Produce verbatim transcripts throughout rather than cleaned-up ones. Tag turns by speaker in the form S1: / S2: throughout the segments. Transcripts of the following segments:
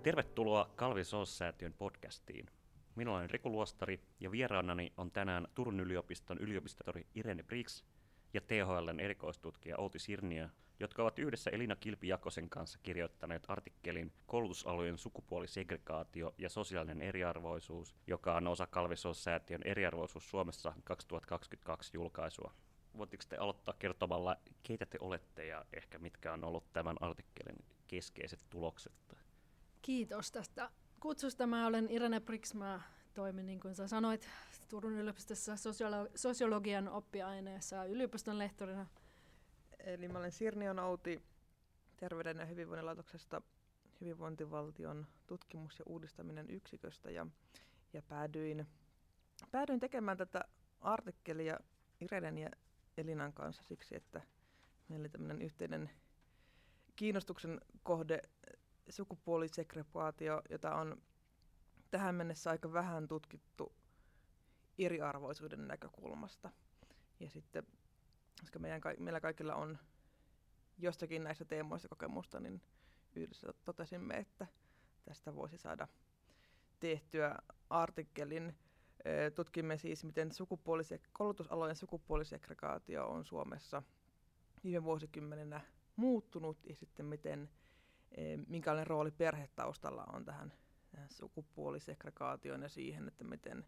S1: Tervetuloa Calvi Soos-säätiön podcastiin. Minä olen Riku Luostari ja vieraanani on tänään Turun yliopiston yliopistotori Irene Brix ja T H L:n erikoistutkija Outi Sirniö, jotka ovat yhdessä Elina Kilpi-Jakosen kanssa kirjoittaneet artikkelin Koulutusalojen sukupuolisegregaatio ja sosiaalinen eriarvoisuus, joka on osa Calvi Soos-säätiön Eriarvoisuus Suomessa kaksituhattakaksikymmentäkaksi julkaisua. Voitteko te aloittaa kertomalla, keitä te olette ja ehkä mitkä on ollut tämän artikkelin keskeiset tulokset?
S2: Kiitos tästä kutsusta. Mä olen Irene Brix. Mä toimin, niin kuin sä sanoit, Turun yliopistossa sosiolo- sosiologian oppiaineessa yliopiston lehtorina.
S3: Eli mä olen Sirniön Outi Terveyden ja hyvinvoinnin laitoksesta hyvinvointivaltion tutkimus- ja uudistaminen yksiköstä ja, ja päädyin, päädyin tekemään tätä artikkelia Irenen ja Elinan kanssa siksi, että meillä oli tämmöinen yhteinen kiinnostuksen kohde sukupuolisegregaatio, jota on tähän mennessä aika vähän tutkittu eriarvoisuuden näkökulmasta. Ja sitten, koska meidän, meillä kaikilla on jostakin näistä teemoista kokemusta, niin yhdessä totesimme, että tästä voisi saada tehtyä artikkelin. Tutkimme siis, miten sukupuolise- koulutusalojen sukupuolisegregaatio on Suomessa viime vuosikymmenenä muuttunut ja sitten miten, minkälainen rooli perhetaustalla on tähän, tähän sukupuolisegregaatioon ja siihen, että miten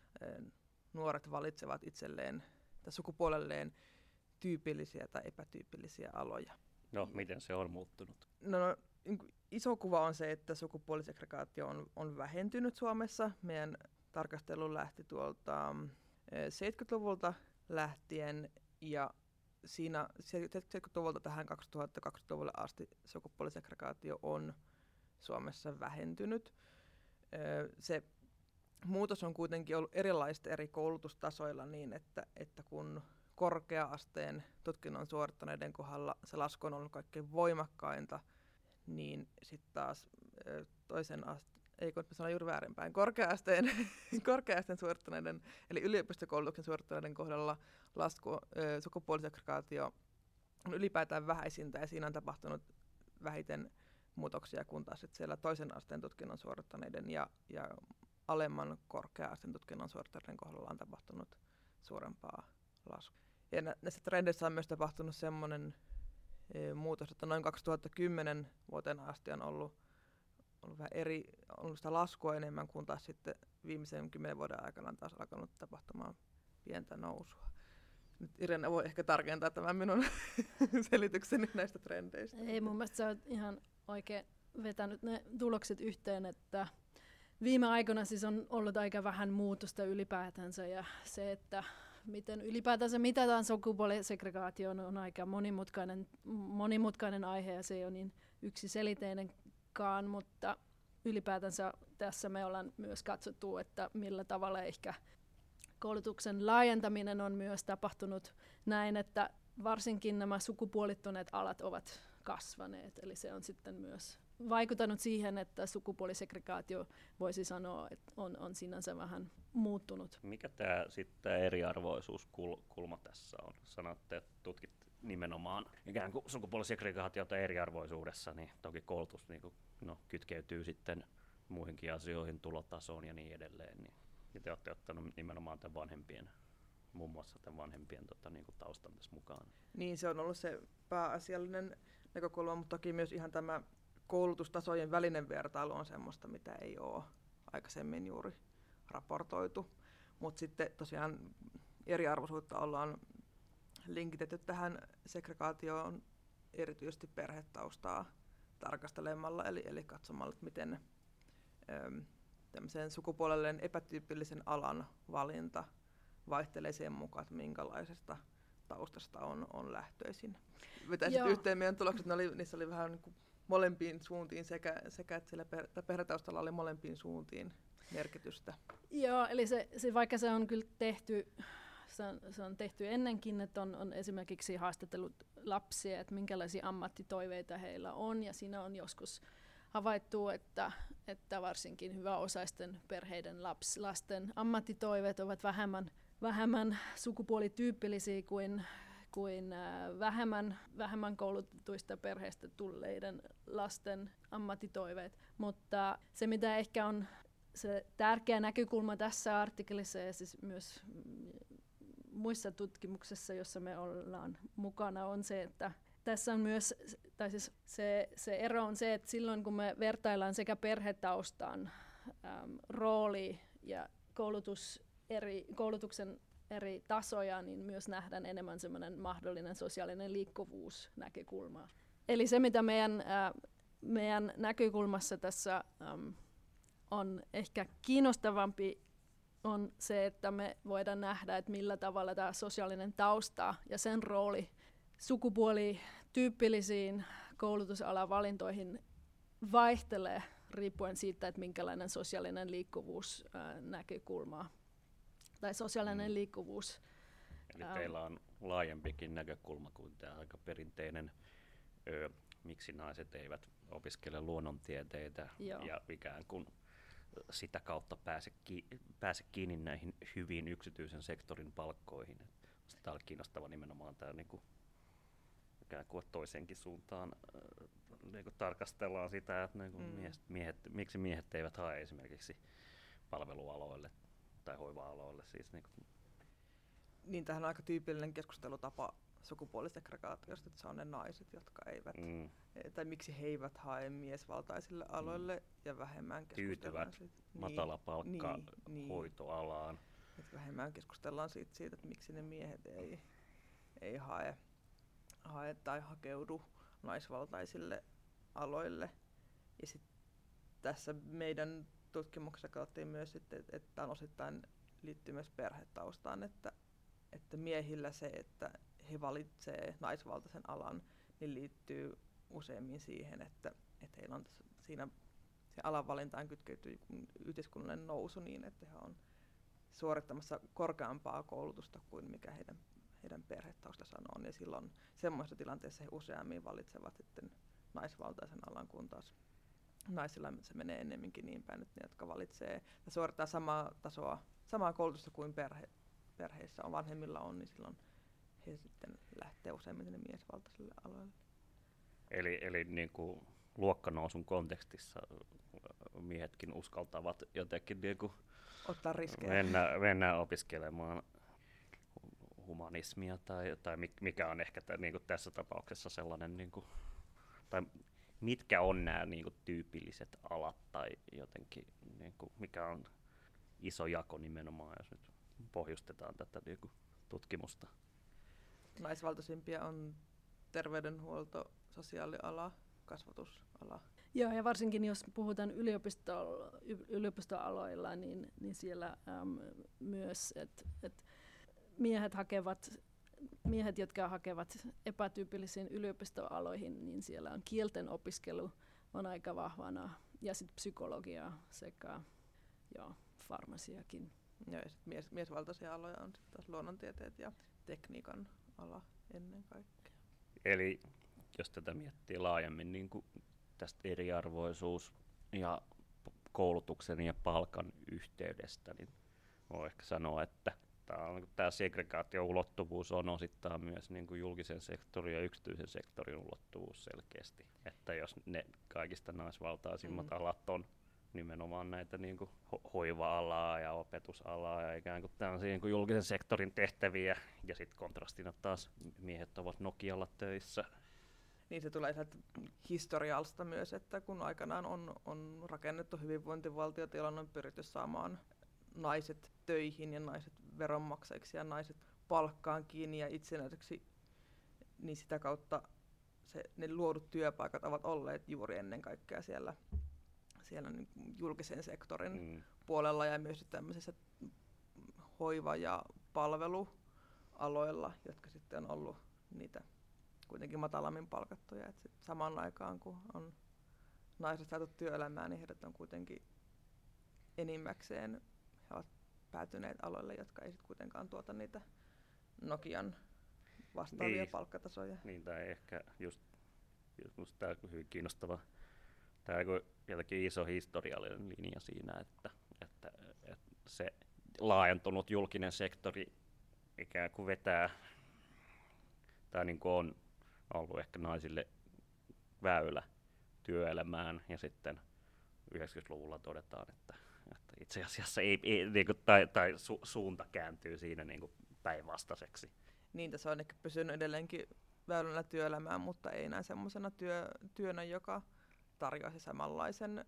S3: nuoret valitsevat itselleen tai sukupuolelleen tyypillisiä tai epätyypillisiä aloja.
S1: No, miten se on muuttunut?
S3: No, no iso kuva on se, että sukupuolisegregaatio on, on vähentynyt Suomessa. Meidän tarkastelu lähti tuolta seitsemänkymmentäluvulta lähtien ja siinä seitsemänkymmentäluvulta tähän kaksituhattakaksikymmentäluvulle asti sukupuolisegregaatio on Suomessa vähentynyt. Se muutos on kuitenkin ollut erilaista eri koulutustasoilla niin, että, että kun korkea-asteen tutkinnon suorittaneiden kohdalla se lasku on ollut kaikkein voimakkainta, niin sitten taas toisen asteen, ei kun mä sanon juuri väärinpäin, korkea-asteen, korkea-asteen suorittaneiden, eli yliopistokoulutuksen suorittaneiden kohdalla lasku, sukupuolisegregaatio on ylipäätään vähäisintä ja siinä on tapahtunut vähiten muutoksia, kun taas siellä toisen asteen tutkinnon suorittaneiden ja, ja alemman korkea-asteen tutkinnon suorittaneiden kohdalla on tapahtunut suurempaa laskua. Ja nä- näissä trendeissä on myös tapahtunut semmoinen e, muutos, että noin kaksituhattakymmenen vuoteen asti on ollut, ollut vähän eri, ollut sitä laskua enemmän, kuin taas sitten viimeisen kymmenen vuoden aikana on taas alkanut tapahtumaan pientä nousua. Nyt Irene voi ehkä tarkentaa tämän minun selitykseni näistä trendeistä.
S2: Ei, mun mielestä sä oot ihan oikein vetänyt ne tulokset yhteen, että viime aikoina siis on ollut aika vähän muutosta ylipäätänsä ja se, että miten ylipäätänsä mitataan sukupuolisegregaatio on aika monimutkainen, monimutkainen aihe ja se ei ole niin yksiseliteinenkaan, mutta ylipäätänsä tässä me ollaan myös katsottu, että millä tavalla ehkä koulutuksen laajentaminen on myös tapahtunut näin, että varsinkin nämä sukupuolittuneet alat ovat kasvaneet, eli se on sitten myös vaikuttanut siihen, että sukupuolisegregaatio voisi sanoa, että on, on sinänsä vähän muuttunut.
S1: Mikä tämä sitten eriarvoisuuskulma tässä on? Sanotte, että tutkit nimenomaan ikään kuin sukupuolisegregaatiota eriarvoisuudessa, niin toki koulutus niin kuin, no, kytkeytyy sitten muihinkin asioihin, tulotasoon ja niin edelleen. Niin. Ja te olette ottanut nimenomaan tämän vanhempien, muun muassa tämän vanhempien tota, niin kuin taustan tässä mukaan.
S3: Niin, se on ollut se pääasiallinen näkökulma, mutta toki myös ihan tämä koulutustasojen välinen vertailu on semmoista, mitä ei ole aikaisemmin juuri raportoitu. Mutta sitten tosiaan eriarvoisuutta ollaan linkitetty tähän segregaatioon erityisesti perhetaustaa tarkastelemalla, eli, eli katsomalla, että miten äm, tämmöisen sukupuolelleen epätyypillisen alan valinta vaihtelee sen mukaan, että minkälaisesta taustasta on, on lähtöisin. Vetäisit yhteen meidän tulokset, ne oli, niissä oli vähän niin kuin molempiin suuntiin sekä, sekä että sillä per, perhetaustalla oli molempiin suuntiin merkitystä.
S2: Joo, eli se, se, vaikka se on kyllä tehty, se on, se on tehty ennenkin, että on, on esimerkiksi haastatellut lapsia, että minkälaisia ammattitoiveita heillä on, ja siinä on joskus havaittu, että, että varsinkin hyväosaisten perheiden laps, lasten ammattitoiveet ovat vähemmän, vähemmän sukupuolityypillisiä kuin, kuin äh, vähemmän, vähemmän koulutetuista perheistä tulleiden lasten ammattitoiveet. Mutta se, mitä ehkä on se tärkeä näkökulma tässä artikkelissa ja siis myös muissa tutkimuksissa, joissa me ollaan mukana, on se, että tässä on myös, tai siis se, se ero on se, että silloin kun me vertaillaan sekä perhetaustan äm, rooli ja koulutus eri, koulutuksen eri tasoja, niin myös nähdään enemmän semmoinen mahdollinen sosiaalinen liikkuvuus näkökulma. Eli se, mitä meidän, äh, meidän näkökulmassa tässä ähm, on ehkä kiinnostavampi, on se, että me voidaan nähdä, että millä tavalla tämä sosiaalinen tausta ja sen rooli sukupuolityypillisiin koulutusalavalintoihin vaihtelee riippuen siitä, että minkälainen sosiaalinen liikkuvuus ää, näkökulma tai sosiaalinen mm. liikkuvuus.
S1: Eli ää, teillä on laajempikin näkökulma kuin tämä aika perinteinen, ö, miksi naiset eivät opiskele luonnontieteitä
S2: Joo.
S1: ja ikään kuin sitä kautta pääse, ki- pääse kiinni näihin hyviin yksityisen sektorin palkkoihin. Tämä on kiinnostava nimenomaan tämä niinku, ikään kuin toisenkin suuntaan äh, niinku tarkastellaan sitä, että niinku mm. miehet, miehet, miksi miehet eivät hae esimerkiksi palvelualoille tai hoiva-aloille. Siis niinku.
S3: Niin, tähän on aika tyypillinen keskustelutapa sukupuolisegregaatiosta, että se on ne naiset, jotka eivät, mm. tai miksi he eivät hae miesvaltaisille aloille mm. ja vähemmän keskustellaan
S1: tyytyvät siitä. Matalapalkka
S3: niin,
S1: hoitoalaan.
S3: Että vähemmän keskustellaan siitä, siitä, että miksi ne miehet ei, ei hae, hae tai hakeudu naisvaltaisille aloille. Ja sit tässä meidän tutkimuksessa katsottiin myös, että, että on osittain liittyy myös perhetaustaan, että, että miehillä se, että he valitsee naisvaltaisen alan, niin liittyy useimmin siihen, että, että heillä on siinä se alan valintaan kytkeytyy yhteiskunnallinen nousu niin, että he on suorittamassa korkeampaa koulutusta kuin mikä heidän, heidän perhetaustansa on. Ja silloin semmoisessa tilanteessa he useammin valitsevat sitten naisvaltaisen alan, kun taas naisilla se menee ennemminkin niin päin, että ne, jotka valitsee ja suorittaa samaa tasoa, samaa koulutusta kuin perhe, perheissä on vanhemmilla on, niin silloin he sitten lähtee useimmin sinne miesvaltaisille aloille.
S1: Eli, eli niin kuin luokkanousun kontekstissa miehetkin uskaltavat jotenkin niin kuin
S3: ottaa riskejä.
S1: Mennä, mennä opiskelemaan humanismia tai, tai mikä on ehkä t- niin kuin tässä tapauksessa sellainen, niin kuin, tai mitkä on nämä niin kuin tyypilliset alat tai jotenkin, niin kuin, mikä on iso jako nimenomaan, jos nyt pohjustetaan tätä niin kuin tutkimusta.
S3: Naisvaltaisimpia on terveydenhuolto, sosiaaliala, kasvatusala.
S2: Joo, ja varsinkin jos puhutaan yliopisto, yliopistoaloilla, niin, niin siellä äm, myös, että et miehet hakevat, miehet, jotka hakevat epätyypillisiin yliopistoaloihin, niin siellä on kielten opiskelu on aika vahvana, ja sitten psykologia sekä joo, farmasiakin.
S3: Joo, ja sit mies, miesvaltaisia aloja on sitten taas luonnontieteet ja tekniikan ala ennen kaikkea.
S1: Eli jos tätä miettii laajemmin, niin kuin tästä eriarvoisuus ja koulutuksen ja palkan yhteydestä, niin voi ehkä sanoa, että tämä segregaatio-ulottuvuus on osittain myös niin kuin julkisen sektorin ja yksityisen sektorin ulottuvuus selkeästi. Että jos ne kaikista naisvaltaisimmat mm. alat on nimenomaan näitä niin kuin ho- hoiva-alaa ja opetusalaa ja ikään kuin tämmöisiä niin kuin julkisen sektorin tehtäviä, ja sitten kontrastina taas miehet ovat Nokialla töissä.
S3: Niin se tulee sieltä historialsta myös, että kun aikanaan on, on rakennettu hyvinvointivaltiota, jolloin on pyritty saamaan naiset töihin ja naiset veronmaksajiksi ja naiset palkkaan kiinni ja itsenäiseksi, niin sitä kautta se, ne luodut työpaikat ovat olleet juuri ennen kaikkea siellä, siellä niin julkisen sektorin mm. puolella ja myös tämmöisissä hoiva- ja palvelualoilla, jotka sitten on ollut niitä kuitenkin matalammin palkattuja. Et sit samaan aikaan, kun on naiset saatu työelämään, niin heidät on kuitenkin enimmäkseen, he ovat päätyneet aloille, jotka ei sit kuitenkaan tuota niitä Nokian vastaavia niin, palkkatasoja.
S1: Niin, tai ehkä just, just tämä on hyvin kiinnostava. Tämä on jotenkin iso historiallinen linja siinä, että, että, että se laajentunut julkinen sektori ikään kuin vetää tämä niin kuin on ollut ehkä naisille väylä työelämään, ja sitten yhdeksänkymmentäluvulla todetaan, että, että itse asiassa ei, ei niin kuin, tai, tai su, suunta kääntyy siinä niin kuin päinvastaiseksi.
S3: Niin, tässä on ehkä pysynyt edelleenkin väylänä työelämään, mutta ei enää semmoisena työ, työnä, joka tarjoaisi samanlaisen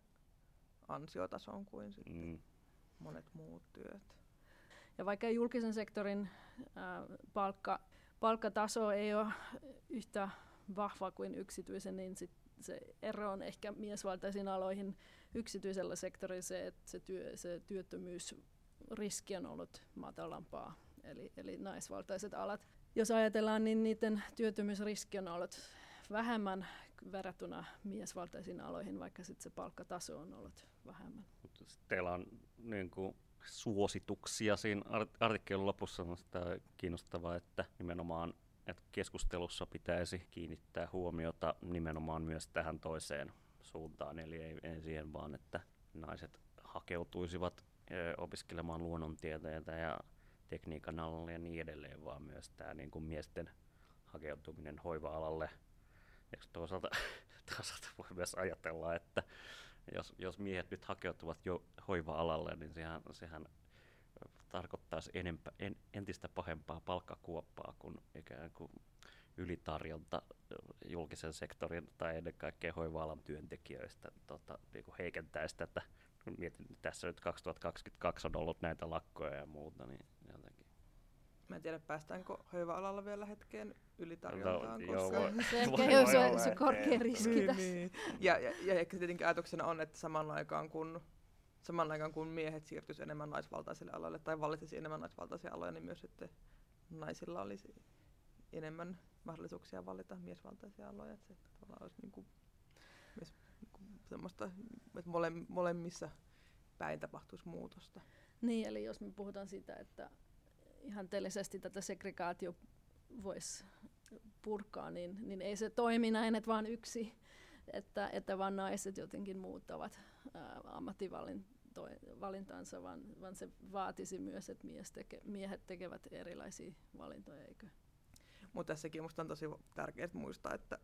S3: ansiotason kuin sitten mm. monet muut työt.
S2: Ja vaikka julkisen sektorin ää, palkka, palkkataso ei ole yhtä vahva kuin yksityisen, niin sit se ero on ehkä miesvaltaisiin aloihin yksityisellä sektorilla se, että se, työ, se työttömyysriski on ollut matalampaa, eli, eli naisvaltaiset alat. Jos ajatellaan, niin niiden työttömyysriski on ollut vähemmän verrattuna miesvaltaisiin aloihin, vaikka sitten se palkkataso on ollut vähemmän.
S1: Teillä on niin kuin suosituksia siinä artikkelin lopussa, on sitä kiinnostavaa, että nimenomaan että keskustelussa pitäisi kiinnittää huomiota nimenomaan myös tähän toiseen suuntaan, eli ei, ei siihen vaan, että naiset hakeutuisivat ö, opiskelemaan luonnontieteitä ja tekniikan alalle ja niin edelleen, vaan myös tämä niin kuin miesten hakeutuminen hoiva-alalle. Ja toisaalta, toisaalta voi myös ajatella, että jos, jos miehet nyt hakeutuvat jo hoiva-alalle, niin sehän, sehän tarkoittaisi enempä, en, entistä pahempaa palkkakuoppaa kuin ikään kuin ylitarjonta julkisen sektorin tai ennen kaikkea hoiva-alan työntekijöistä tota, niin kuin heikentäisi tätä. Mietin, tässä nyt kaksituhattakaksikymmentäkaksi on ollut näitä lakkoja ja muuta, niin jotenkin.
S3: Mä en tiedä, päästäänkö hoiva-alalla vielä hetkeen ylitarjontaan,
S1: no,
S3: koska
S1: joo,
S2: se ehkä on se, se korkea riski
S3: niin,
S2: tässä.
S3: Niin. Ja, ja, ja ehkä tietenkin ajatuksena on, että saman aikaan kun, saman aikaan kun miehet siirtyisivät enemmän naisvaltaisille aloille tai valitsisivat enemmän naisvaltaisia aloja, niin myös sitten naisilla olisi enemmän mahdollisuuksia valita miesvaltaisia aloja. Että se olisi niin kuin, myös niin kuin semmoista, että mole, molemmissa päin tapahtuisi muutosta.
S2: Niin, eli jos me puhutaan siitä, että ihanteellisesti tätä segregaatio voisi purkaa, niin, niin ei se toimi näin, että vaan yksi, että, että vaan naiset jotenkin muuttavat ää, ammattivalintansa, vaan, vaan se vaatisi myös, että mies teke, miehet tekevät erilaisia valintoja, eikö?
S3: Mutta tässäkin minusta on tosi tärkeää muistaa, että,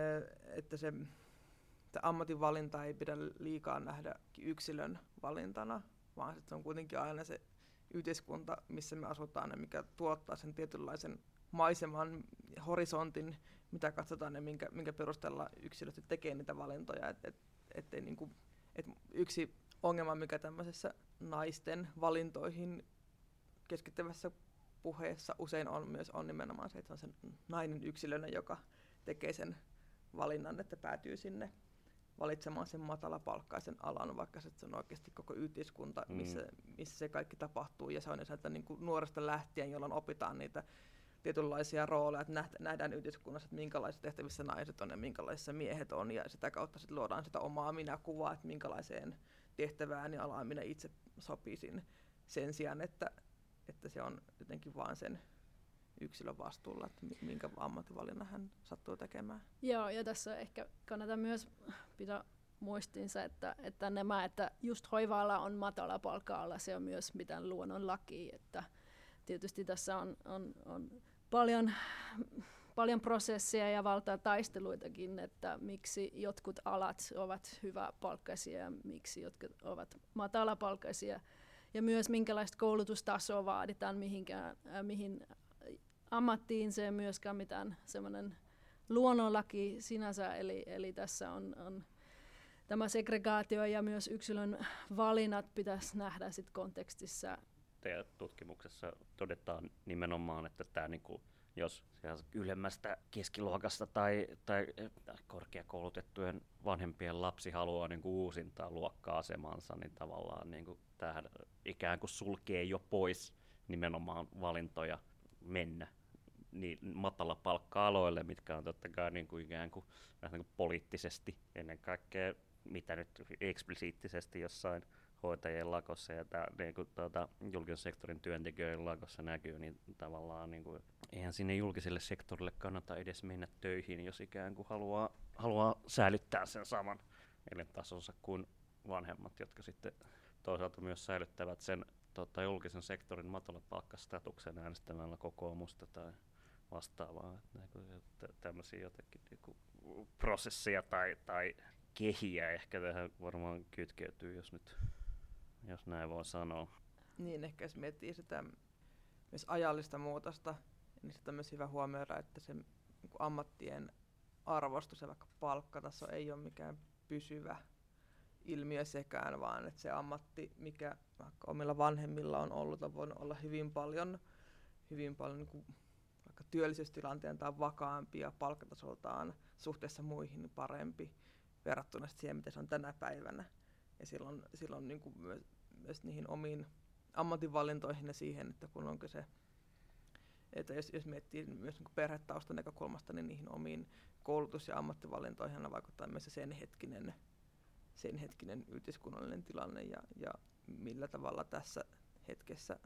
S3: että se että ammatinvalinta ei pidä liikaa nähdä yksilön valintana, vaan se on kuitenkin aina se yhteiskunta, missä me asutaan ja mikä tuottaa sen tietynlaisen maiseman, horisontin, mitä katsotaan ja minkä, minkä perusteella yksilöt tekee niitä valintoja. Et, et, et niinku, et yksi ongelma, mikä tämmöisessä naisten valintoihin keskittyvässä puheessa usein on myös on nimenomaan se, että on se nainen yksilönä, joka tekee sen valinnan, että päätyy sinne valitsemaan sen matalapalkkaisen alan, vaikka se on oikeasti koko yhteiskunta, missä, mm. missä se kaikki tapahtuu. Ja se on sieltä niin kuin nuoresta lähtien, jolloin opitaan niitä tietynlaisia rooleja, että nähdään yhteiskunnassa, että minkälaisissa tehtävissä naiset on ja minkälaisissa miehet on. Ja sitä kautta sit luodaan sitä omaa minäkuvaa, että minkälaiseen tehtävään ja alaan minä itse sopisin sen sijaan, että, että se on jotenkin vaan sen yksilön vastuulla, että minkä ammattivalinnan hän sattuu tekemään.
S2: Joo, ja tässä ehkä kannattaa myös pitää muistinsa, että, että nämä, että just hoiva-ala on matala palkka-ala, se on myös mitään luonnonlaki, että tietysti tässä on, on, on paljon, paljon prosesseja ja valtataisteluitakin, että miksi jotkut alat ovat hyväpalkkaisia ja miksi jotkut ovat matalapalkkaisia, ja myös minkälaista koulutustasoa vaaditaan mihinkään, äh, mihin ammattiin, se ei myöskään mitään semmoinen luonnonlaki sinänsä, eli, eli tässä on, on tämä segregaatio ja myös yksilön valinnat pitäisi nähdä sit kontekstissa.
S1: Teidän tutkimuksessa todetaan nimenomaan, että tämä niinku, jos ylemmästä keskiluokasta tai, tai korkeakoulutettujen vanhempien lapsi haluaa niinku uusintaa luokka-asemansa, niin tavallaan niinku tämähän ikään kuin sulkee jo pois nimenomaan valintoja mennä niin matala palkka-aloille, mitkä on totta kai niin kuin ikään kuin, vähän niin kuin poliittisesti ennen kaikkea, mitä nyt eksplisiittisesti jossain hoitajien lakossa ja tää, niin kuin, tuota, julkisen sektorin työntekijöiden lakossa näkyy, niin tavallaan niin kuin, eihän sinne julkiselle sektorille kannata edes mennä töihin, jos ikään kuin haluaa, haluaa säilyttää sen saman elintasonsa kuin vanhemmat, jotka sitten toisaalta myös säilyttävät sen tota, julkisen sektorin matalapalkkastatuksen äänestämällä kokoomusta tai vastaavaa. Tämmöisiä jotenkin niinku prosesseja tai, tai kehiä ehkä tähän varmaan kytkeytyy, jos nyt jos näin voi sanoa.
S3: Niin, ehkä jos miettii sitä myös ajallista muutosta, niin sitä on myös hyvä huomioida, että se niin kuin ammattien arvostus ja vaikka palkkataso ei ole mikään pysyvä ilmiö sekään, vaan että se ammatti, mikä vaikka omilla vanhemmilla on ollut, on voinut olla hyvin paljon, hyvin paljon niin kuin vaikka työllisyystilanteen tai vakaampi ja palkkatasoltaan suhteessa muihin parempi verrattuna siihen, mitä se on tänä päivänä. Ja silloin, silloin niin kuin myös, myös niihin omiin ammatinvalintoihin ja siihen, että kun onko se, että jos, jos miettii myös niin perhetaustan näkökulmasta, niin niihin omiin koulutus- ja ammattivalintoihin vaikuttaa myös sen hetkinen, sen hetkinen yhteiskunnallinen tilanne ja, ja millä tavalla tässä hetkessä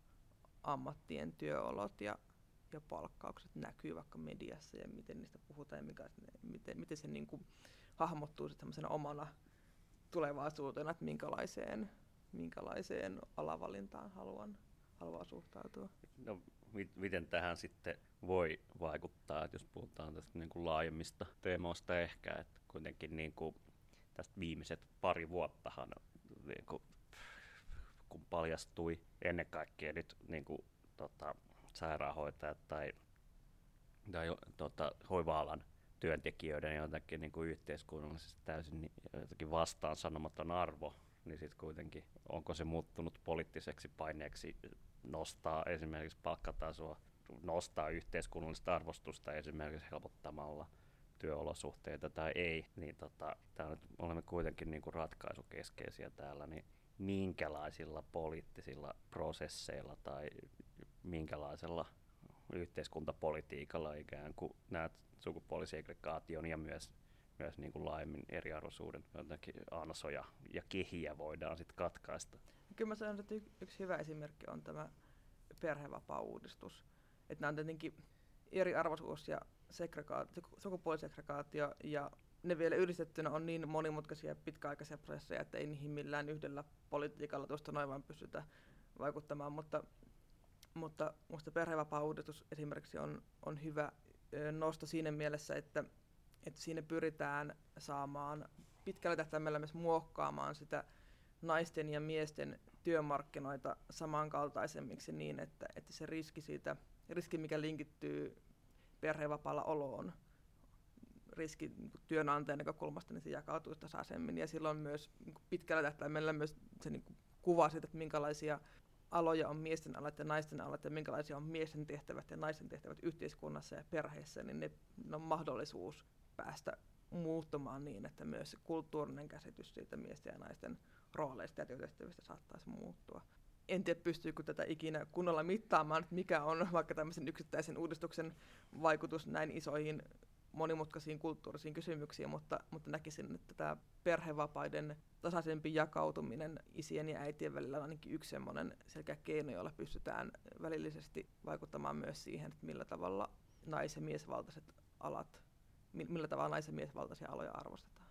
S3: ammattien työolot ja, ja palkkaukset näkyy vaikka mediassa ja miten niistä puhutaan ja mikä, miten, miten se niin kuin hahmottuu semmoisena omana tulevaisuutena, että minkälaiseen, minkälaiseen alavalintaan haluan, haluan suhtautua.
S1: No, mit, miten tähän sitten voi vaikuttaa, että jos puhutaan tästä niin kuin laajemmista teemoista ehkä, että kuitenkin niin kuin tästä viimeiset pari vuottahan niin kuin, kun paljastui ennen kaikkea nyt niin kuin, tota, sairaanhoitajat tai, tai tota, hoiva-alan työntekijöiden jotenkin niin kuin yhteiskunnallisesti täysin jotenkin vastaan sanomaton arvo, niin sitten kuitenkin onko se muuttunut poliittiseksi paineeksi nostaa esimerkiksi palkkatasoa, nostaa yhteiskunnallista arvostusta esimerkiksi helpottamalla työolosuhteita tai ei, niin tota, tää nyt olemme kuitenkin niin kuin ratkaisukeskeisiä täällä, niin minkälaisilla poliittisilla prosesseilla tai minkälaisella yhteiskuntapolitiikalla ikään kuin näet sukupuolisegregaation ja myös, myös niin kuin laajemmin eriarvoisuuden ansoja ja kehiä voidaan sitten katkaista.
S3: Kyllä mä sanon, että yksi hyvä esimerkki on tämä perhevapaa-uudistus. Että nämä on tietenkin eriarvoisuus ja segregaatio, sukupuolisegregaatio ja ne vielä yhdistettynä on niin monimutkaisia ja pitkäaikaisia prosesseja, että ei niihin millään yhdellä politiikalla tuosta noin vaan pystytä vaikuttamaan, mutta Mutta minusta perhevapaa-uudistus esimerkiksi on, on hyvä nosto siinä mielessä, että, että siinä pyritään saamaan pitkällä tähtäimellä myös muokkaamaan sitä naisten ja miesten työmarkkinoita samankaltaisemmiksi niin, että, että se riski, siitä, riski, mikä linkittyy perhevapaalla oloon, riski niin työnantajan näkökulmasta, niin se jakautuu tasaisemmin. Ja silloin myös niin pitkällä tähtäimellä myös se niin kuva siitä, että minkälaisia aloja on miesten alat ja naisten alat ja minkälaisia on miesten tehtävät ja naisten tehtävät yhteiskunnassa ja perheessä, niin ne, ne on mahdollisuus päästä muuttumaan niin, että myös se kulttuurinen käsitys siitä miesten ja naisten rooleista ja työtehtävistä saattaisi muuttua. En tiedä, pystyykö tätä ikinä kunnolla mittaamaan, että mikä on vaikka tämmöisen yksittäisen uudistuksen vaikutus näin isoihin monimutkaisiin kulttuurisiin kysymyksiin, mutta, mutta näkisin, että tämä perhevapaiden tasaisempi jakautuminen isien ja äitien välillä on ainakin yksi semmoinen selkeä keino, jolla pystytään välillisesti vaikuttamaan myös siihen, että millä tavalla nais- ja miesvaltaiset alat, millä tavalla nais- ja miesvaltaisia aloja arvostetaan.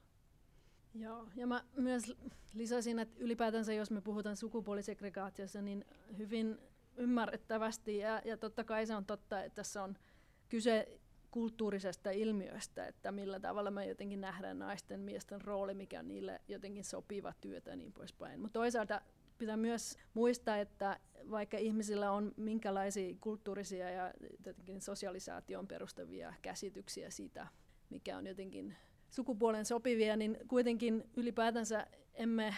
S2: Joo, ja mä myös lisäisin, että ylipäätänsä jos me puhutaan sukupuolisegregaatiossa, niin hyvin ymmärrettävästi, ja, ja totta kai se on totta, että tässä on kyse kulttuurisesta ilmiöstä, että millä tavalla me jotenkin nähdään naisten miesten rooli, mikä on niille jotenkin sopiva työtä ja niin poispäin. Mutta toisaalta pitää myös muistaa, että vaikka ihmisillä on minkälaisia kulttuurisia ja sosialisaation perustavia käsityksiä siitä, mikä on jotenkin sukupuolen sopivia, niin kuitenkin ylipäätänsä emme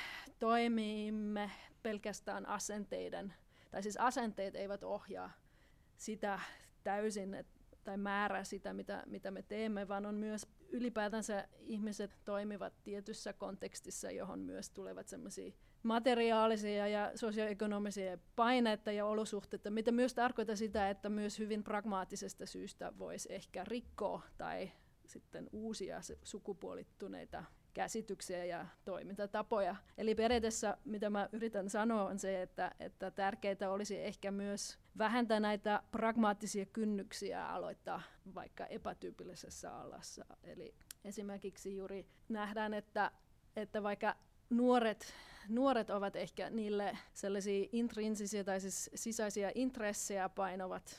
S2: toimimme pelkästään asenteiden, tai siis asenteet eivät ohjaa sitä täysin, et, tai määrää sitä, mitä, mitä me teemme, vaan on myös ylipäätänsä ihmiset toimivat tietyssä kontekstissa, johon myös tulevat sellaisia materiaalisia ja sosioekonomisia paineita ja olosuhteita, mitä myös tarkoittaa sitä, että myös hyvin pragmaattisesta syystä voisi ehkä rikkoa tai sitten uusia sukupuolittuneita käsityksiä ja toimintatapoja. Eli periaatteessa, mitä mä yritän sanoa, on se, että, että tärkeää olisi ehkä myös vähentää näitä pragmaattisia kynnyksiä aloittaa vaikka epätyypillisessä alassa. Eli esimerkiksi juuri nähdään, että, että vaikka nuoret, nuoret ovat ehkä niille sellaisia intrinsisiä tai siis sisäisiä intressejä painovat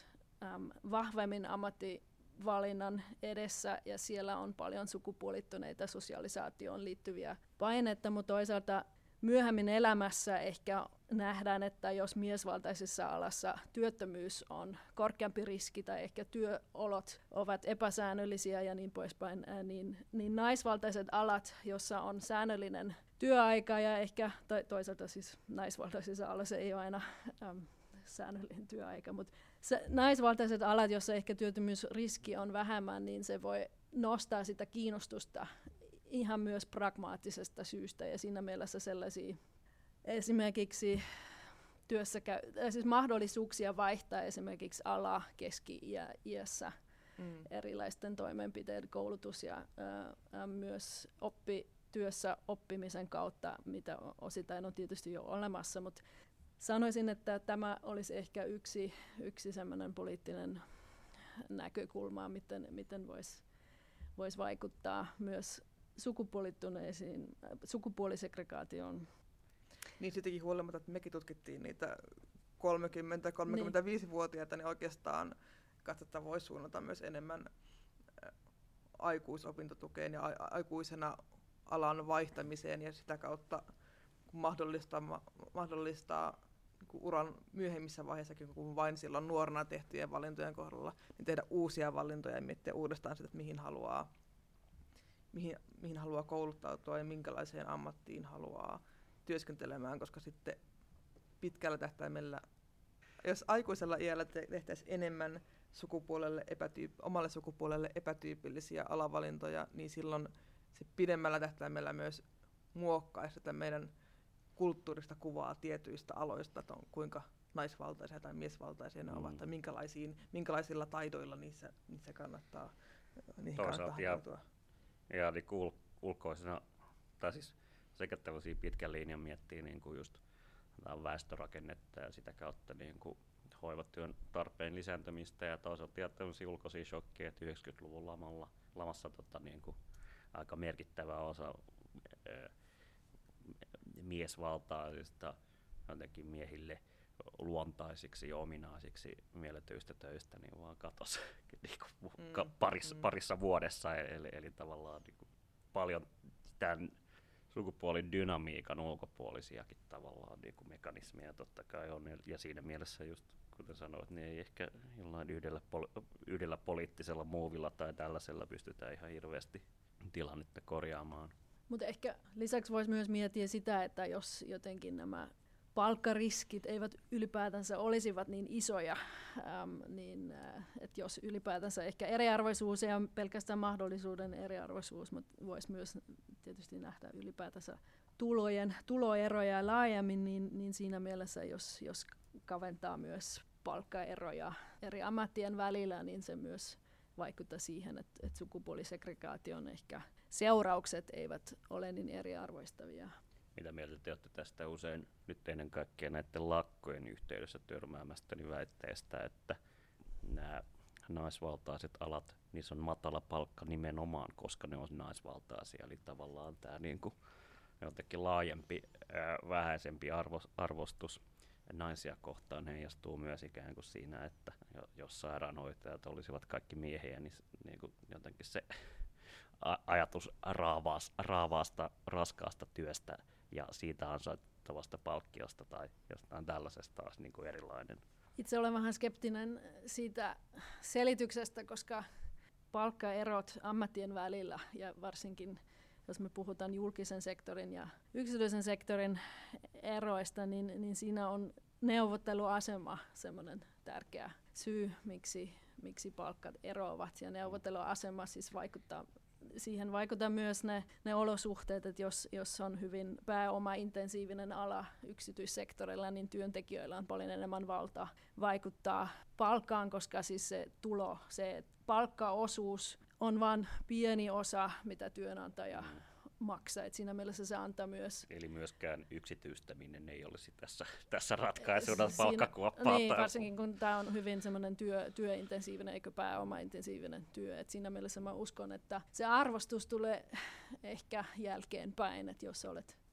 S2: äm, vahvemmin ammattivalinnan edessä ja siellä on paljon sukupuolittuneita sosiaalisaatioon liittyviä painetta, mutta toisaalta myöhemmin elämässä ehkä nähdään, että jos miesvaltaisessa alassa työttömyys on korkeampi riski tai ehkä työolot ovat epäsäännöllisiä ja niin poispäin, niin, niin naisvaltaiset alat, jossa on säännöllinen työaika ja ehkä to, toisaalta siis naisvaltaisessa alassa ei ole aina äm, säännöllinen työaika, mutta se, naisvaltaiset alat, jossa ehkä työttömyysriski on vähemmän, niin se voi nostaa sitä kiinnostusta ihan myös pragmaattisesta syystä ja siinä mielessä sellaisia esimerkiksi työssäkäy, siis mahdollisuuksia vaihtaa esimerkiksi ala keski-iässä mm. erilaisten toimenpiteiden koulutus ja ää, myös oppi, työssä oppimisen kautta, mitä osittain on tietysti jo olemassa, mutta sanoisin, että tämä olisi ehkä yksi, yksi sellainen poliittinen näkökulma, miten, miten voisi vois vaikuttaa myös sukupuolittuneisiin, sukupuolisegregaatioon.
S3: Niin sittenkin huolimatta, että mekin tutkittiin niitä kolmekymmentä-kolmekymmentäviisivuotiaita, niin oikeastaan katsetta voisi suunnata myös enemmän aikuisopintotukeen ja a- aikuisena alan vaihtamiseen ja sitä kautta mahdollistaa, mahdollistaa niin uran myöhemmissä vaiheissakin kuin vain silloin nuorena tehtyjen valintojen kohdalla, niin tehdä uusia valintoja ja miettiä uudestaan sitä, että mihin haluaa, mihin, mihin haluaa kouluttautua ja minkälaiseen ammattiin haluaa työskentelemään, koska sitten pitkällä tähtäimellä, jos aikuisella iällä tehtäisiin enemmän sukupuolelle epätyyp- omalle sukupuolelle epätyypillisiä alavalintoja, niin silloin se pidemmällä tähtäimellä myös muokkaisi sitä meidän kulttuurista kuvaa tietyistä aloista, että on kuinka naisvaltaisia tai miesvaltaisia ne mm. ovat, tai minkälaisiin, minkälaisilla taidoilla niissä, niissä kannattaa, niihin kannattaa hakeutua.
S1: Ja, ja niin ul- ulkoisena, tai siis sekä tällaisia pitkän linjan miettii niin kuin just väestörakennetta ja sitä kautta niin kuin hoivatyön tarpeen lisääntymistä ja toisaalta tällaisia ulkoisia shokkeja, että yhdeksänkymmentäluvun lamalla, lamassa tota, niin kuin aika merkittävä osa ää, miesvaltaisista jotenkin miehille luontaisiksi ja ominaisiksi mielletyistä töistä niin vaan katosi niin kuin mm, parissa, mm. parissa vuodessa, eli, eli tavallaan niin kuin paljon tämän sukupuolin dynamiikan ulkopuolisiakin tavallaan niin kuin mekanismeja totta kai on, ja siinä mielessä just kuten sanoit, niin ei ehkä jollain yhdellä, poli- yhdellä poliittisella muovilla tai tällaisella pystytään ihan hirveästi tilannetta korjaamaan.
S2: Mutta ehkä lisäksi voisi myös miettiä sitä, että jos jotenkin nämä palkkariskit eivät ylipäätänsä olisivat niin isoja, äm, niin äh, että jos ylipäätänsä ehkä eriarvoisuus ja pelkästään mahdollisuuden eriarvoisuus, mutta voisi myös tietysti nähdä ylipäätänsä tulojen, tuloeroja laajemmin, niin, niin siinä mielessä, jos, jos kaventaa myös palkkaeroja eri ammattien välillä, niin se myös vaikuttaa siihen, että, että sukupuolisegregaation ehkä seuraukset eivät ole niin eriarvoistavia.
S1: Mitä mieltä te olette tästä usein nyt ennen kaikkea näiden lakkojen yhteydessä törmäämästäni väitteestä, että nämä naisvaltaiset alat, niissä on matala palkka nimenomaan, koska ne on naisvaltaisia, eli tavallaan tämä niin kuin jotenkin laajempi, ää, vähäisempi arvo, arvostus naisia kohtaan heijastuu myös ikään kuin siinä, että jos sairaanhoitajat olisivat kaikki miehiä, niin, niin kuin jotenkin se a- ajatus raavaas, raavaasta, raskaasta työstä ja siitä ansaittavasta palkkiosta tai jostain tällaisesta taas niin kuin erilainen.
S2: Itse olen vähän skeptinen siitä selityksestä, koska palkkaerot ammattien välillä ja varsinkin jos me puhutaan julkisen sektorin ja yksityisen sektorin eroista, niin, niin siinä on neuvotteluasema semmoinen tärkeä syy, miksi, miksi palkat eroavat. Ja neuvotteluasema siis vaikuttaa, siihen vaikuttaa myös ne, ne olosuhteet, että jos, jos on hyvin pääoma-intensiivinen ala yksityissektorilla, niin työntekijöillä on paljon enemmän valtaa vaikuttaa palkkaan, koska siis se tulo, se palkkaosuus on vain pieni osa, mitä työnantaja mm. maksaa. Et siinä mielessä se antaa myös...
S1: Eli myöskään yksityistäminen ei olisi tässä, tässä ratkaisuna palkkakuoppaa.
S2: Niin, varsinkin kun tämä on hyvin semmoinen työ, työintensiivinen eikä pääoma-intensiivinen työ. Et siinä mielessä mä uskon, että se arvostus tulee ehkä jälkeenpäin, että jos olet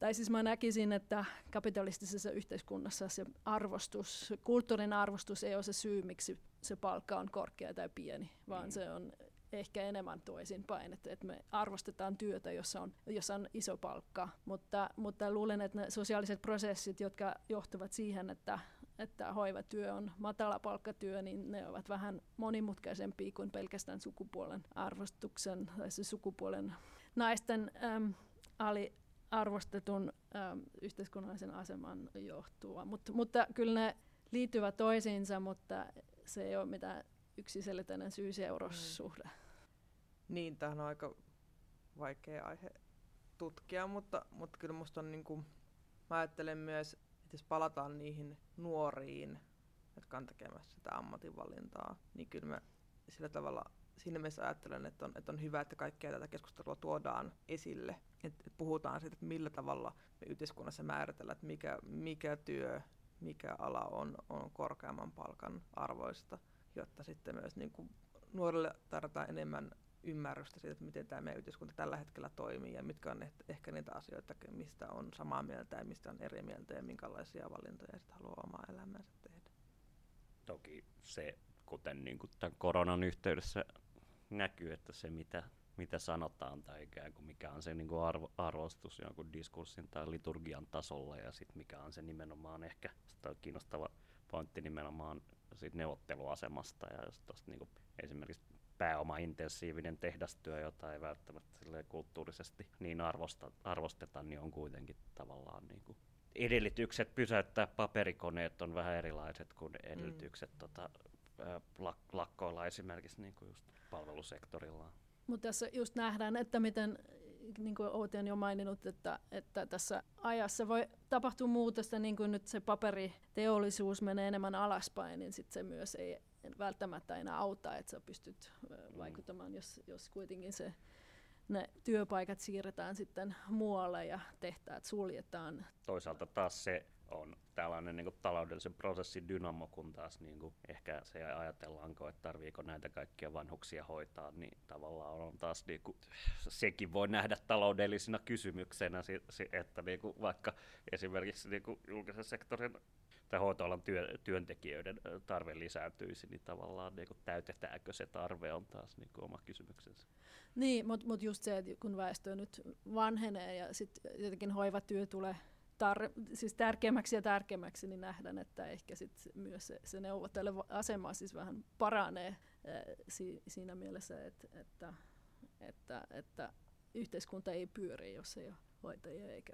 S2: tai siis mä näkisin, että kapitalistisessa yhteiskunnassa se arvostus, kulttuurin arvostus ei ole se syy, miksi se palkka on korkea tai pieni, vaan mm. se on ehkä enemmän toisinpäin, että, että me arvostetaan työtä, jossa on, jossa on iso palkka, mutta, mutta luulen, että ne sosiaaliset prosessit, jotka johtavat siihen, että, että hoivatyö on matala palkkatyö, niin ne ovat vähän monimutkaisempia kuin pelkästään sukupuolen arvostuksen tai se sukupuolen naisten äm, aliarvostetun äm, yhteiskunnallisen aseman johtua. Mut, mutta kyllä ne liittyvät toisiinsa, mutta se ei ole mitään yksiselitteinen syy-seuraussuhde.
S3: Niin, tämähän on aika vaikea aihe tutkia, mutta, mutta kyllä musta on niin kuin, mä ajattelen myös, että jos palataan niihin nuoriin, jotka on tekemässä sitä ammatinvalintaa, niin kyllä mä sillä tavalla siinä mielessä ajattelen, että on, että on hyvä, että kaikkea tätä keskustelua tuodaan esille. Että et puhutaan siitä, että millä tavalla me yhteiskunnassa määritellään, että mikä, mikä työ, mikä ala on, on korkeamman palkan arvoista, jotta sitten myös niin kuin nuorille tarvitaan enemmän ymmärrystä siitä, että miten tämä meidän yhteiskunta tällä hetkellä toimii ja mitkä on ehkä niitä asioita, mistä on samaa mieltä ja mistä on eri mieltä ja minkälaisia valintoja sitten haluaa omaa elämäänsä tehdä.
S1: Toki se, kuten niin kuin tämän koronan yhteydessä näkyy, että se mitä, mitä sanotaan tai ikään kuin mikä on se niin kuin arvo, arvostus jonkun diskurssin tai liturgian tasolla ja sitten mikä on se nimenomaan ehkä sitä kiinnostava pointti nimenomaan siitä neuvotteluasemasta ja jos tosta niinku esimerkiksi pääoma-intensiivinen tehdastyö, jota ei välttämättä kulttuurisesti niin arvosta, arvosteta, niin on kuitenkin tavallaan niinku edellytykset pysäyttää paperikoneet on vähän erilaiset kuin edellytykset mm. tota, lak- lakkoilla esimerkiksi niinku just palvelusektorilla.
S2: Mutta tässä just nähdään, että miten, niin kuin Outi on jo maininnut, että, että tässä ajassa voi tapahtua muutosta, niin kuin nyt se paperiteollisuus menee enemmän alaspäin, niin sitten se myös ei välttämättä enää auta, että sä pystyt mm. vaikuttamaan, jos, jos kuitenkin se, ne työpaikat siirretään sitten muualle ja tehtaat suljetaan.
S1: Toisaalta taas se on tällainen niin kuin taloudellisen prosessin dynamo, kun taas niin kuin ehkä se ajatellaanko, että tarviiko näitä kaikkia vanhuksia hoitaa, niin tavallaan on taas niin kuin, sekin voi nähdä taloudellisena kysymyksenä, että niin kuin vaikka esimerkiksi niin kuin julkisen sektorin tai hoitoalan työ, työntekijöiden tarve lisääntyisi, niin tavallaan niin kuin täytetäänkö se tarve on taas niin kuin oma kysymyksensä.
S2: Niin, mutta mut just se, että kun väestö nyt vanhenee ja sitten jotenkin hoivatyö tulee tar- siis tärkeämmäksi ja tärkeämmäksi, niin nähdään, että ehkä sit myös se, se neuvotteleva asema siis vähän paranee äh, si- siinä mielessä, että, että, että, että yhteiskunta ei pyöri, jos ei ole hoitajia eikä.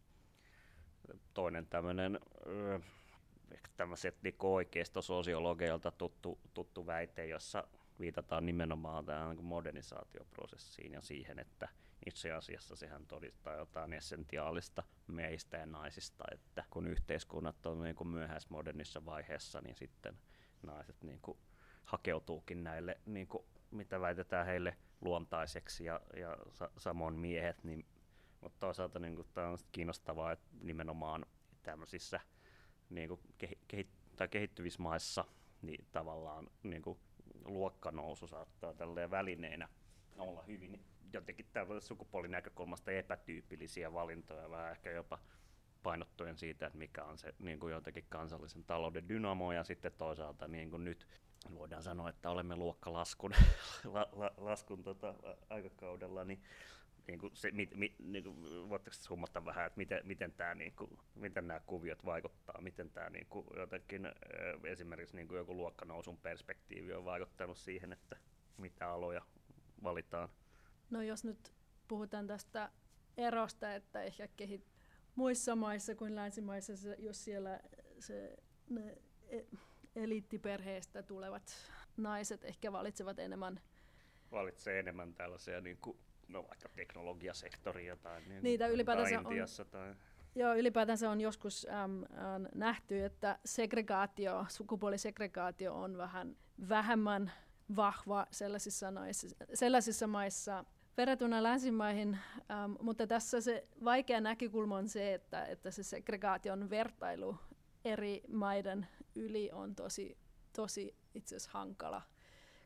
S1: Toinen tämmöinen äh, ehkä tämmöiset niin oikeisto-sosiologeilta tuttu, tuttu väite, jossa viitataan nimenomaan tähän modernisaatioprosessiin ja siihen, että itse asiassa sehän todistaa jotain essentiaalista meistä ja naisista, että kun yhteiskunnat on niin kuin myöhäismodernissa vaiheessa, niin sitten naiset niin kuin hakeutuukin näille, niin kuin, mitä väitetään heille luontaiseksi ja, ja sa- samoin miehet, niin, mutta toisaalta niin kuin, tämä on kiinnostavaa, että nimenomaan tämmöisissä niin kuin kehi- kehi- tai kehittyvissä maissa niin tavallaan niin kuin luokkanousu saattaa tälleen välineenä olla hyvin jotenkin tällaisesta sukupuolinäkökulmasta epätyypillisiä valintoja, vähän ehkä jopa painottuen siitä, että mikä on se niin kuin jotenkin kansallisen talouden dynamo, ja sitten toisaalta niin kuin nyt voidaan sanoa, että olemme luokkalaskun la, la, laskun, tota, aikakaudella, niin, niin kuin se, mit, mit, niin kuin, voitteko huomata vähän, että miten, miten, tämä, niin kuin, miten nämä kuviot vaikuttaa, miten tämä niin kuin, jotenkin, esimerkiksi niin kuin joku luokkanousun perspektiivi on vaikuttanut siihen, että mitä aloja valitaan.
S2: No jos nyt puhutaan tästä erosta, että ehkä kehit muissa maissa kuin länsimaissa, se, jos siellä se, ne eliittiperheestä tulevat naiset ehkä valitsevat enemmän.
S1: Valitsee enemmän tällaisia niin kuin, no vaikka teknologiasektoria tai niin
S2: niitä ylipäätänsä
S1: Intiassa
S2: on,
S1: tai
S2: joo, ylipäätänsä on joskus äm, äh, nähty, että segregaatio, sukupuolisegregaatio on vähän vähemmän vahva sellaisissa, naisissa, sellaisissa maissa verrattuna länsimaihin, ähm, mutta tässä se vaikea näkökulma on se, että, että se segregaation vertailu eri maiden yli on tosi, tosi itse asiassa hankala,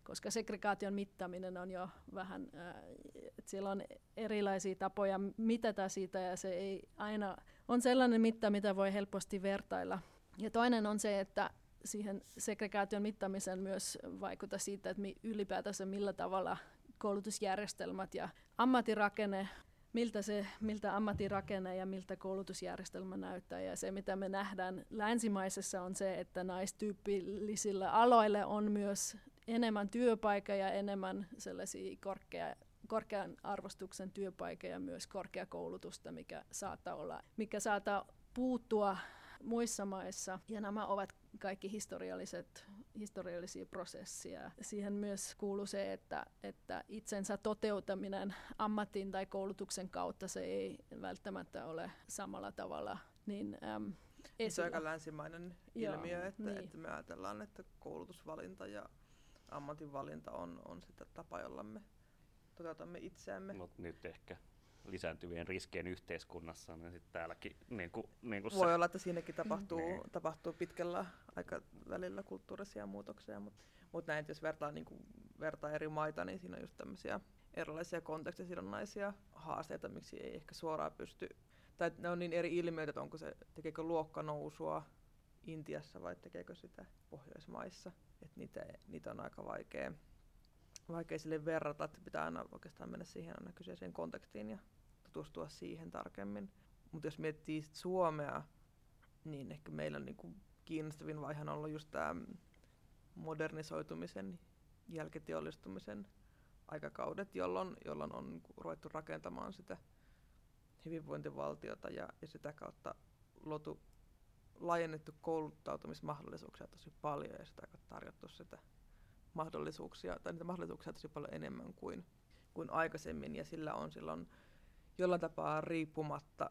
S2: koska segregaation mittaaminen on jo vähän, että siellä on erilaisia tapoja mitata siitä ja se ei aina on sellainen mitta, mitä voi helposti vertailla. Ja toinen on se, että siihen segregaation mittaamiseen myös vaikuttaa siitä, että ylipäätänsä millä tavalla koulutusjärjestelmät ja ammattirakenne, miltä, se, miltä ammattirakenne ja miltä koulutusjärjestelmä näyttää. Ja se, mitä me nähdään länsimaisessa, on se, että naistyypillisille aloille on myös enemmän työpaikkoja ja enemmän sellaisia korkea, korkean arvostuksen työpaikkoja ja myös korkeakoulutusta, mikä saattaa olla, mikä saattaa puuttua muissa maissa. Ja nämä ovat kaikki historialliset, historiallisia prosesseja. Siihen myös kuuluu se, että, että itsensä toteutaminen ammatin tai koulutuksen kautta se ei välttämättä ole samalla tavalla niin äm, esillä.
S3: Se on aika länsimainen ilmiö,
S2: Joo,
S3: että,
S2: niin.
S3: että me ajatellaan, että koulutusvalinta ja ammatinvalinta on, on sitä tapa, jolla me toteutamme itseämme.
S1: Mut nyt ehkä lisääntyvien riskien yhteiskunnassa, niin sitten täälläkin niin kuin, niin kuin
S3: Voi
S1: se...
S3: olla, että siinäkin tapahtuu,
S1: Niin.
S3: tapahtuu pitkällä aikavälillä kulttuurisia muutoksia, mutta mut näin, että jos vertaa, niin kuin, vertaa eri maita, niin siinä on just tämmöisiä erilaisia kontekstisidonnaisia haasteita, miksi ei ehkä suoraan pysty, tai ne on niin eri ilmiöitä, että onko se, tekeekö luokkanousua Intiassa vai tekeekö sitä Pohjoismaissa, että niitä, niitä on aika vaikea, vaikea sille verrata, että pitää aina oikeastaan mennä siihen aina kyseiseen kontekstiin ja tutustua siihen tarkemmin. Mutta jos miettii Suomea, niin ehkä meillä niinku kiinnostavin vaihe on ollut just tämä modernisoitumisen, jälkiteollistumisen aikakaudet, jolloin, jolloin on niinku ruvettu rakentamaan sitä hyvinvointivaltiota ja, ja sitä kautta luotu, laajennettu kouluttautumismahdollisuuksia tosi paljon ja sitä kautta tarjottu sitä mahdollisuuksia, tai niitä mahdollisuuksia tosi paljon enemmän kuin, kuin aikaisemmin, ja sillä on silloin jollain tapaa riippumatta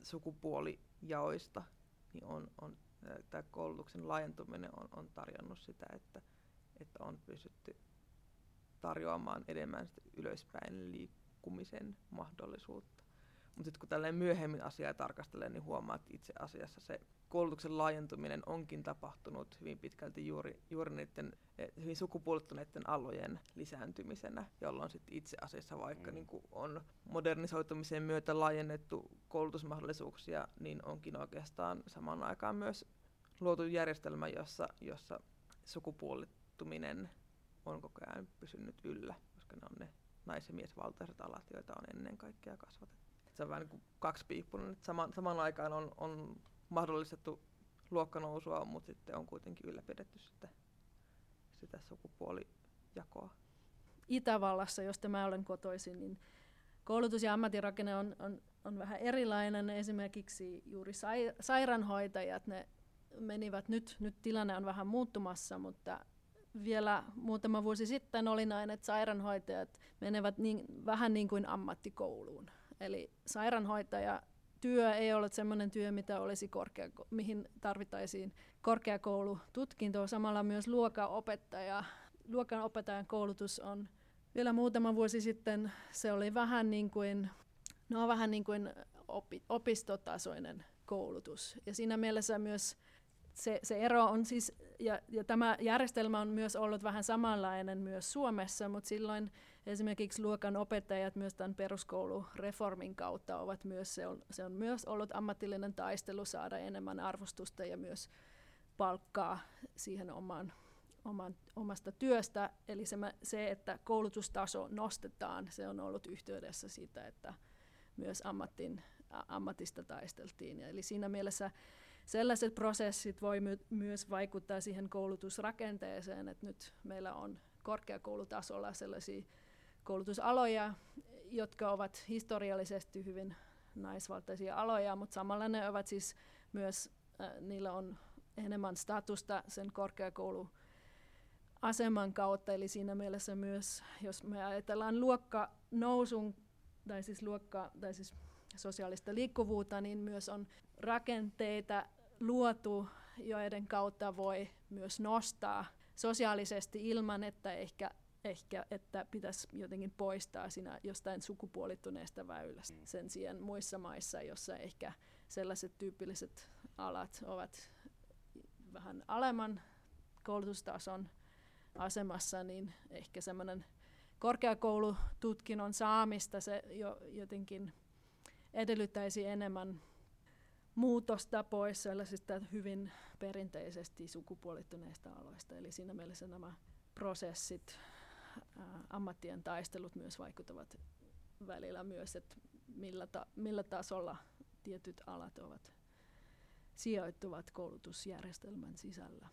S3: sukupuolijaoista, niin on, on, tämä koulutuksen laajentuminen on, on tarjonnut sitä, että, että on pystytty tarjoamaan enemmän ylöspäin liikkumisen mahdollisuutta. Mutta sitten kun tälleen myöhemmin asiaa tarkastelee, niin huomaa, että itse asiassa se koulutuksen laajentuminen onkin tapahtunut hyvin pitkälti juuri, juuri niiden hyvin sukupuolittuneiden alojen lisääntymisenä, jolloin sit itse asiassa vaikka mm. niin kuin on modernisoitumisen myötä laajennettu koulutusmahdollisuuksia, niin onkin oikeastaan samaan aikaan myös luotu järjestelmä, jossa, jossa sukupuolittuminen on koko ajan pysynyt yllä, koska ne on ne nais- ja miesvaltaiset alat, joita on ennen kaikkea kasvatettu. Se on vähän niin kuin kaksipiippunen, että saman, samaan aikaan on, on mahdollistettu luokkanousua, mutta sitten on kuitenkin ylläpidetty sitä, sitä sukupuolijakoa.
S2: Itävallassa, josta mä olen kotoisin, niin koulutus- ja ammattirakenne on, on, on vähän erilainen. Esimerkiksi juuri sai, sairaanhoitajat, ne menivät nyt, nyt tilanne on vähän muuttumassa, mutta vielä muutama vuosi sitten oli näin, että sairaanhoitajat menevät niin, vähän niin kuin ammattikouluun. Eli sairaanhoitaja työ ei ollut sellainen työ, mitä olisi korkeako- mihin tarvittaisiin korkeakoulututkintoa. Samalla myös luokanopettaja. Luokanopettajan koulutus on vielä muutama vuosi sitten, se oli vähän niin kuin, no vähän niin kuin opi, opistotasoinen koulutus. Ja siinä mielessä myös se, se ero on siis, ja, ja tämä järjestelmä on myös ollut vähän samanlainen myös Suomessa, mutta silloin esimerkiksi luokanopettajat myös tämän peruskoulureformin kautta ovat myös, se on, se on myös ollut ammatillinen taistelu saada enemmän arvostusta ja myös palkkaa siihen omaan, oman, omasta työstä. Eli se, se, että koulutustaso nostetaan, se on ollut yhteydessä siitä, että myös ammattin, ammatista taisteltiin. Ja eli siinä mielessä sellaiset prosessit voi my- myös vaikuttaa siihen koulutusrakenteeseen, että nyt meillä on korkeakoulutasolla sellaisia koulutusaloja, jotka ovat historiallisesti hyvin naisvaltaisia aloja, mutta samalla ne ovat siis myös, äh, niillä on enemmän statusta sen korkeakouluaseman kautta, eli siinä mielessä myös, jos me ajatellaan luokkanousun, tai siis, luokka, tai siis sosiaalista liikkuvuutta, niin myös on rakenteita luotu, joiden kautta voi myös nostaa sosiaalisesti ilman, että ehkä Ehkä, että pitäisi jotenkin poistaa siinä jostain sukupuolittuneesta väylästä. Sen sijaan muissa maissa, jossa ehkä sellaiset tyypilliset alat ovat vähän alemman koulutustason, asemassa, niin ehkä semmoinen korkeakoulututkinnon saamista se jo jotenkin edellyttäisi enemmän muutosta pois sellaisista hyvin perinteisesti sukupuolittuneista aloista. Eli siinä mielessä nämä prosessit, ää, ammattien taistelut myös vaikuttavat välillä myös, että millä, ta- millä tasolla tietyt alat ovat sijoittuvat koulutusjärjestelmän sisällä.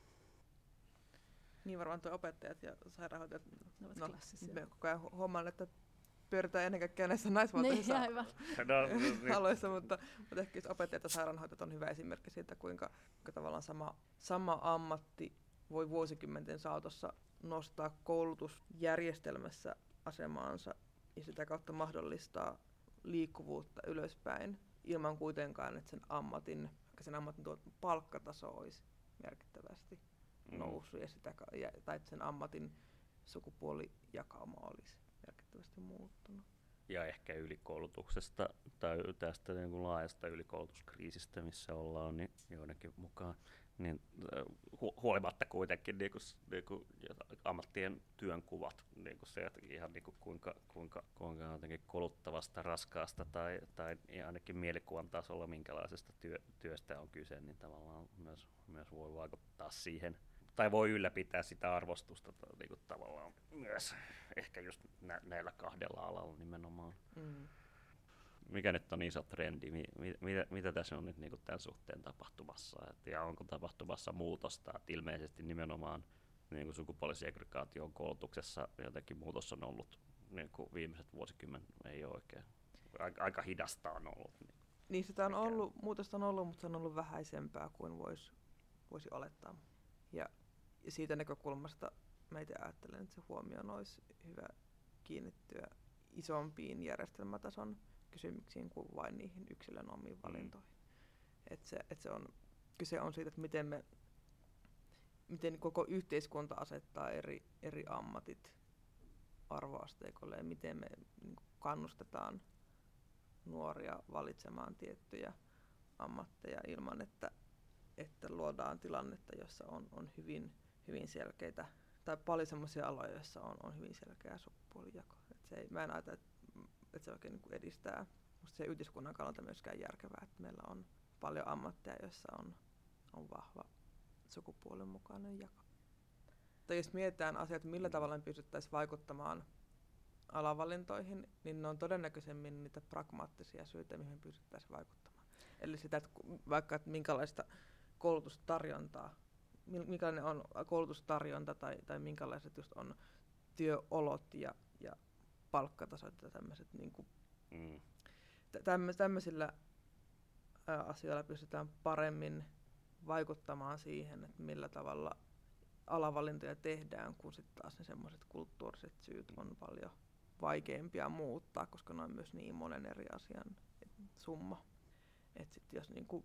S3: Niin varmaan tuo opettajat ja sairaanhoitajat,
S2: Ne ovat
S3: no,
S2: klassisia.
S3: me koko ajan huomaan, että pyöritään ennen kaikkea näissä naisvaltaisissa
S2: Niin, aivan.
S1: No, niin.
S3: aloissa, mutta, mutta ehkä opettajat ja sairaanhoitajat on hyvä esimerkki siitä, kuinka, kuinka tavallaan sama, sama ammatti voi vuosikymmenten saatossa nostaa koulutusjärjestelmässä asemaansa ja sitä kautta mahdollistaa liikkuvuutta ylöspäin ilman kuitenkaan, että sen ammatin, sen ammatin tuo palkkataso olisi merkittävästi
S1: Mm.
S3: noussut ja sitä, ka- ja, tai että sen ammatin sukupuolijakauma olisi merkittävästi muuttunut.
S1: Ja ehkä ylikoulutuksesta tai tästä niin kuin laajasta ylikoulutuskriisistä, missä ollaan, niin joidenkin mukaan, niin hu- huolimatta kuitenkin niin kuin, niin kuin ammattien työnkuvat, niin kuin se, että ihan niin kuin kuinka, kuinka, kuinka jotenkin kuluttavasta, raskaasta tai, tai ainakin mielikuvan tasolla minkälaisesta työ, työstä on kyse, niin tavallaan myös, myös voi vaikuttaa siihen, tai voi ylläpitää sitä arvostusta niin kuin tavallaan myös ehkä just nä- näillä kahdella alalla nimenomaan.
S3: Mm.
S1: Mikä nyt on iso trendi? Mi- mi- mitä, mitä tässä on nyt niin kuin tämän suhteen tapahtumassa? Et, ja onko tapahtumassa muutosta? Et ilmeisesti nimenomaan niin kuin sukupuolisegregaation koulutuksessa jotenkin muutos on ollut niin kuin viimeiset vuosikymmenet ei ole oikein. Aika, aika hidasta on ollut. Niin.
S3: Niin sitä on
S1: Mikä-
S3: ollut, muutosta on ollut, mutta se on ollut vähäisempää kuin voisi voisi olettaa. Ja, ja siitä näkökulmasta meitä ajattelen, että se huomioon olisi hyvä kiinnittyä isompiin järjestelmätason kysymyksiin kuin vain niihin yksilön omiin valintoihin. Mm. Et se, et se on, kyse on siitä, että miten, me, miten koko yhteiskunta asettaa eri, eri ammatit arvoasteikolle ja miten me niin kuin kannustetaan nuoria valitsemaan tiettyjä ammatteja ilman, että, että luodaan tilannetta, jossa on, on hyvin, hyvin selkeitä, tai paljon sellaisia aloja, joissa on, on hyvin selkeä sukupuolijako. Et se ei, mä en ajattele, että, että se oikein niin kuin edistää. Musta se ei yhteiskunnan kannalta myöskään järkevää, että meillä on paljon ammatteja, joissa on, on vahva sukupuolen mukainen jako. Tai jos mietitään asioita, millä tavalla me pystyttäisiin vaikuttamaan alavalintoihin, niin ne on todennäköisemmin niitä pragmaattisia syitä, mihin pystyttäisiin vaikuttamaan. Eli sitä, että vaikka että minkälaista koulutustarjontaa, minkälainen on koulutustarjonta tai, tai minkälaiset just on työolot ja, ja palkkatasot ja tämmöiset niin kuin
S1: Mm.
S3: tämmöisillä ää, asioilla pystytään paremmin vaikuttamaan siihen, että millä tavalla alavalintoja tehdään, kun sitten taas ne semmoiset kulttuuriset syyt on paljon vaikeampia muuttaa, koska ne on myös niin monen eri asian summa. Et sit jos niinku,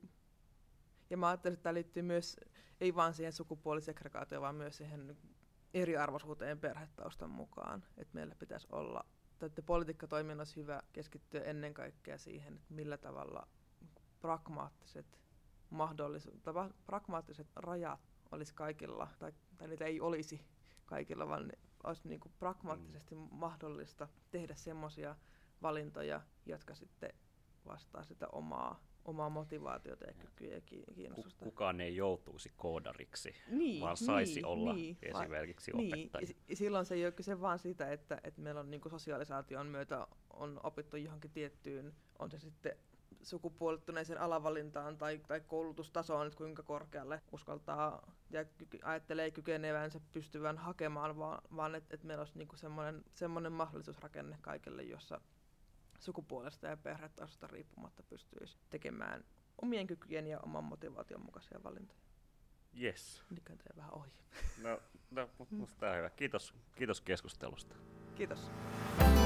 S3: ja mä ajattelin, että tämä liittyy myös, ei vain siihen sukupuolisegregaatioon, vaan myös siihen eriarvoisuuteen perhetaustan mukaan. Että meillä pitäisi olla, että politiikkatoiminnassa hyvä keskittyä ennen kaikkea siihen, että millä tavalla pragmaattiset mahdollisuudet, tai pragmaattiset rajat olisi kaikilla, tai, tai niitä ei olisi kaikilla, vaan ne olisi niin kuin pragmaattisesti mm. mahdollista tehdä semmoisia valintoja, jotka sitten vastaa sitä omaa, omaa motivaatiota ja kykyjä ja kiinnostusta.
S1: Kukaan ei joutuisi koodariksi,
S3: niin,
S1: vaan saisi
S3: niin,
S1: olla
S3: niin,
S1: esimerkiksi
S3: niin,
S1: opettaja.
S3: Ja silloin se ei ole kyse vaan siitä, että, että meillä on niin kuin sosiaalisaation myötä on opittu johonkin tiettyyn, on se sitten sukupuolittuneeseen alavalintaan tai, tai koulutustasoon, että kuinka korkealle uskaltaa ja kyky, ajattelee kykenevänsä pystyvän hakemaan, vaan, vaan että et meillä olisi niinku semmoinen, semmoinen mahdollisuusrakenne kaikille, jossa sukupuolesta ja perhetaustasta riippumatta pystyisi tekemään omien kykyjen ja oman motivaation mukaisia valintoja.
S1: Yes.
S3: Nytkään tämä vähän ohi.
S1: No, no musta on hyvä. Kiitos, kiitos keskustelusta.
S3: Kiitos.